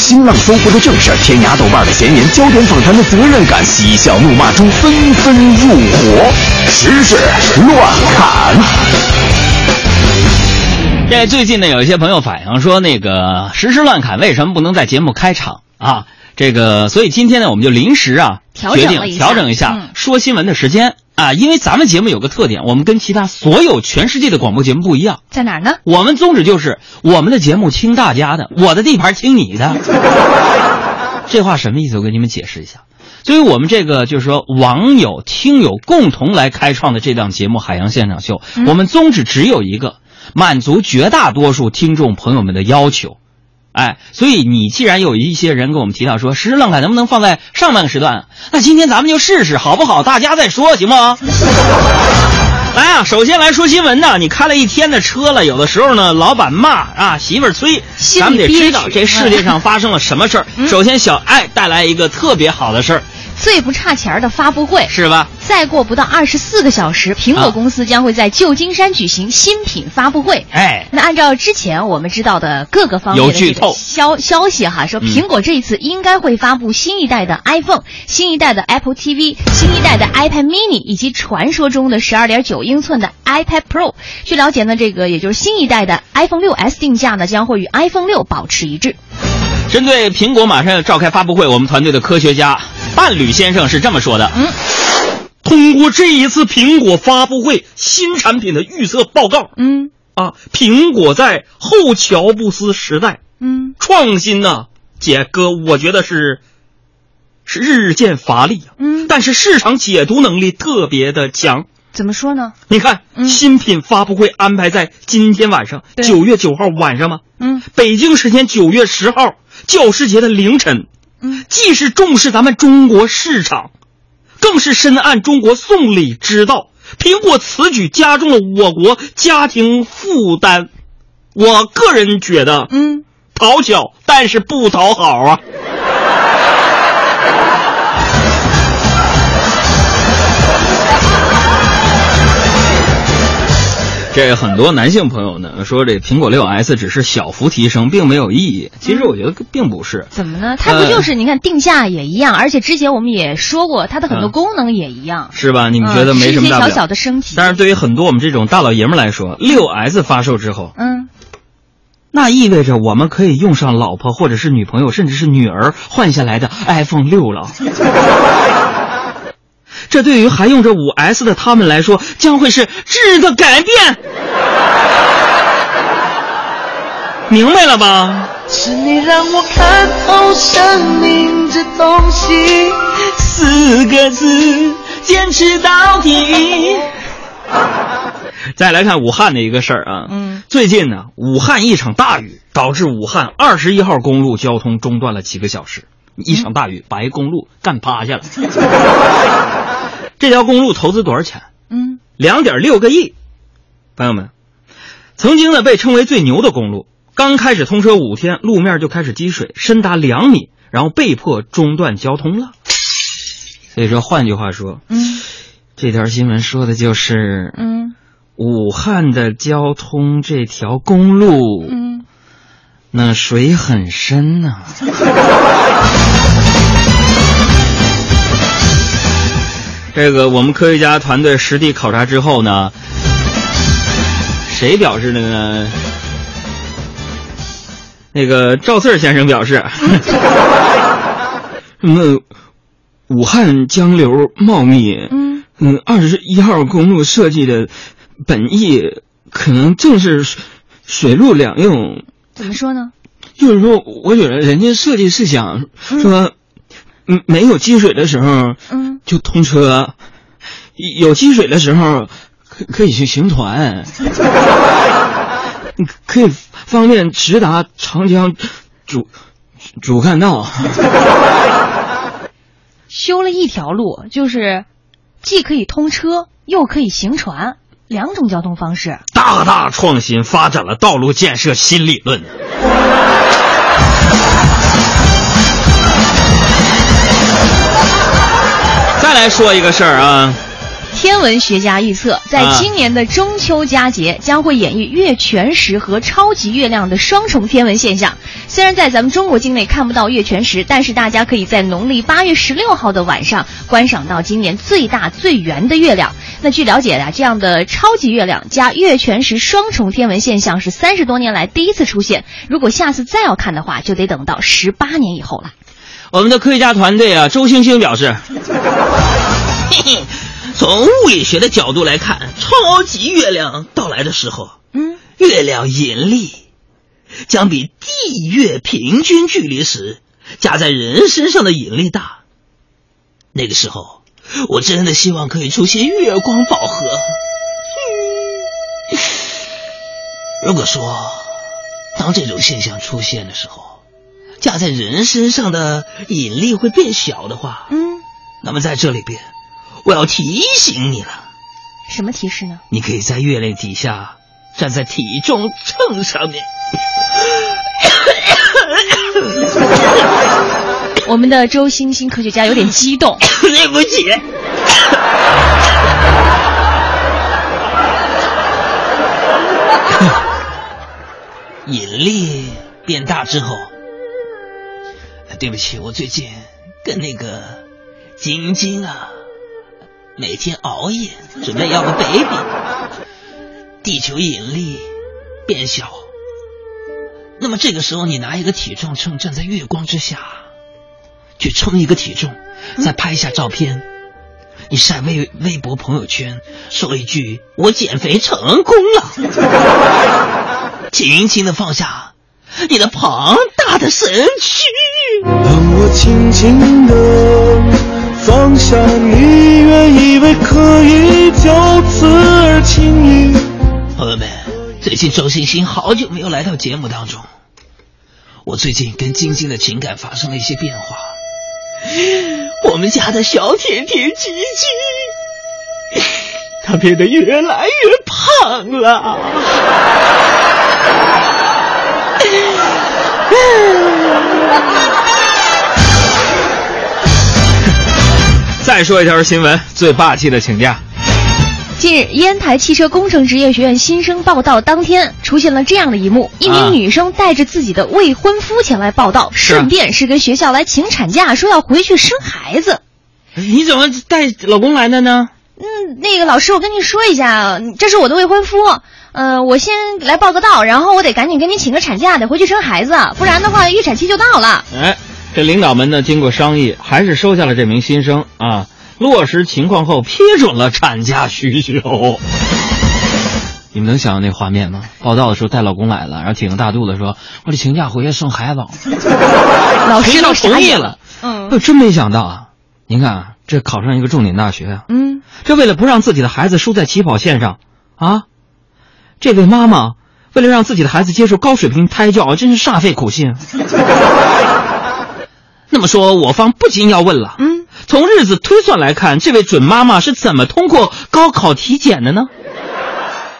新浪搜狐的正事，天涯豆瓣的闲言，焦点访谈的责任感，嬉笑怒骂中纷纷入伙，时事乱砍。 这最近呢，有一些朋友反映说，那个时事乱砍为什么不能在节目开场啊？这个，所以今天呢，我们就临时决定调整一下说新闻的时间啊，因为咱们节目有个特点，我们跟其他所有全世界的广播节目不一样， 在哪儿呢？ 我们宗旨就是我们的节目听大家的，我的地盘听你的。这话什么意思？我给你们解释一下。所以我们这个就是说，网友、听友共同来开创的这档节目《海洋现场秀》，我们宗旨只有一个，满足绝大多数听众朋友们的要求。哎，所以你既然有一些人跟我们提到说时事乱砍能不能放在上半个时段，那今天咱们就试试好不好？大家再说行吗？来啊，首先来说新闻呢。你开了一天的车了，有的时候呢，老板骂啊，媳妇儿催，咱们得知道这世界上发生了什么事儿。首先，小爱带来一个特别好的事儿。 最不差钱的发布会是吧？ 再过不到24个小时，苹果公司将会在旧金山举行新品发布会。 哎， 那按照之前我们知道的各个方面的这个消息哈，说苹果这一次应该会发布新一代的 iPhone、新一代的 Apple TV、新一代的 iPad mini 以及传说中的12.9英寸的 iPad Pro。据了解呢，这个也就是新一代的 iPhone 6s 定价呢将会与 iPhone 6保持一致。 针对苹果马上要召开发布会，我们团队的科学家伴侣先生是这么说的：通过这一次苹果发布会新产品的预测报告，苹果在后乔布斯时代，创新呢，姐哥，我觉得是日渐乏力啊，但是市场解读能力特别的强。 怎么说呢？ 你看，新品发布会安排在今天晚上，9月9号晚上吗？北京时间9月10号教师节的凌晨。既是重视咱们中国市场，更是深谙中国送礼之道。苹果此举加重了我国家庭负担，我个人觉得，讨巧，但是不讨好啊。这很多男性朋友呢说，这苹果 6S 只是小幅提升，并没有意义。其实我觉得并不是。 怎么呢？它不就是你看定价也一样，而且之前我们也说过，它的很多功能也一样， 是吧？你们觉得没什么大不了， 是一些小小的升级。 但是对于很多我们这种大老爷们来说，6S 发售之后，那意味着我们可以用上老婆或者是女朋友，甚至是女儿换下来的 iPhone 6了。这对于还用着5S 的他们来说，将会是质的改变。明白了吧？ 是你让我看透生命这东西 ，4个字，坚持到底。再来看武汉的一个事儿啊，最近呢，武汉一场大雨导致武汉21号公路交通中断了几个小时。一场大雨把一公路干趴下了。这条公路投资多少钱？2.6个亿。朋友们，曾经呢被称为最牛的公路，刚开始通车5天，路面就开始积水，深达2米，然后被迫中断交通了。所以说，换句话说，这条新闻说的就是，武汉的交通这条公路，那水很深呐。这个我们科学家团队实地考察之后呢，谁表示的呢？那个赵四先生表示，武汉江流茂密，21号公路设计的本意可能正是水陆两用。 怎么说呢？ 就是说，我觉得人家设计是想说，没有积水的时候，就通车；有积水的时候，可以去行船，可以方便直达长江主干道。 修了一条路，就是既可以通车，又可以行船，2种交通方式， 大大创新，发展了道路建设新理论。再来说一个事儿啊， 天文学家预测，在今年的中秋佳节将会演绎月全食和超级月亮的双重天文现象。 虽然在咱们中国境内看不到月全食，但是大家可以在农历8月16号的晚上观赏到今年最大最圆的月亮。那据了解这样的超级月亮加月全食双重天文现象是30多年来第一次出现，如果下次再要看的话，就得等到18年以后了。 我们的科学家团队啊，周星星表示，嘿嘿，从物理学的角度来看，超级月亮到来的时候，月亮引力将比地月平均距离时加在人身上的引力大。那个时候，我真的希望可以出现月光宝盒。如果说，当这种现象出现的时候，加在人身上的引力会变小的话，那么在这里边，我要提醒你了。 什么提示呢？ 你可以在月亮底下站在体重秤上面。 我们的周星星科学家有点激动。 对不起。引力变大之后，对不起，我最近跟那个晶晶啊，每天熬夜，准备要个 baby。地球引力变小，那么这个时候你拿一个体重秤站在月光之下，去称一个体重，再拍下照片，你晒微博朋友圈，说一句我减肥成功了，轻轻地放下你的庞大的身躯。 当我轻轻地放下你，原以为可以就此而轻易。 朋友们，最近周星星好久没有来到节目当中，我最近跟晶晶的情感发生了一些变化。我们家的小甜甜鸡鸡，她变得越来越胖了。再说一条新闻，最霸气的请假。 近日，烟台汽车工程职业学院新生报到当天，出现了这样的一幕：一名女生带着自己的未婚夫前来报到，顺便是跟学校来请产假，说要回去生孩子。 你怎么带老公来的呢？ 那个老师，我跟你说一下，这是我的未婚夫。我先来报个到，然后我得赶紧给你请个产假，得回去生孩子，不然的话预产期就到了。 这领导们呢，经过商议，还是收下了这名新生啊。落实情况后批准了产假需求。你们能想象那画面吗？报道的时候带老公来了，然后挺个大肚子说我得请假回去生孩子。 老师都同意了。真没想到啊！您看啊，这考上一个重点大学啊，这为了不让自己的孩子输在起跑线上啊，这位妈妈为了让自己的孩子接受高水平胎教，真是煞费苦心。那么说，我方不禁要问了，从日子推算来看，这位准妈妈是怎么通过高考体检的呢？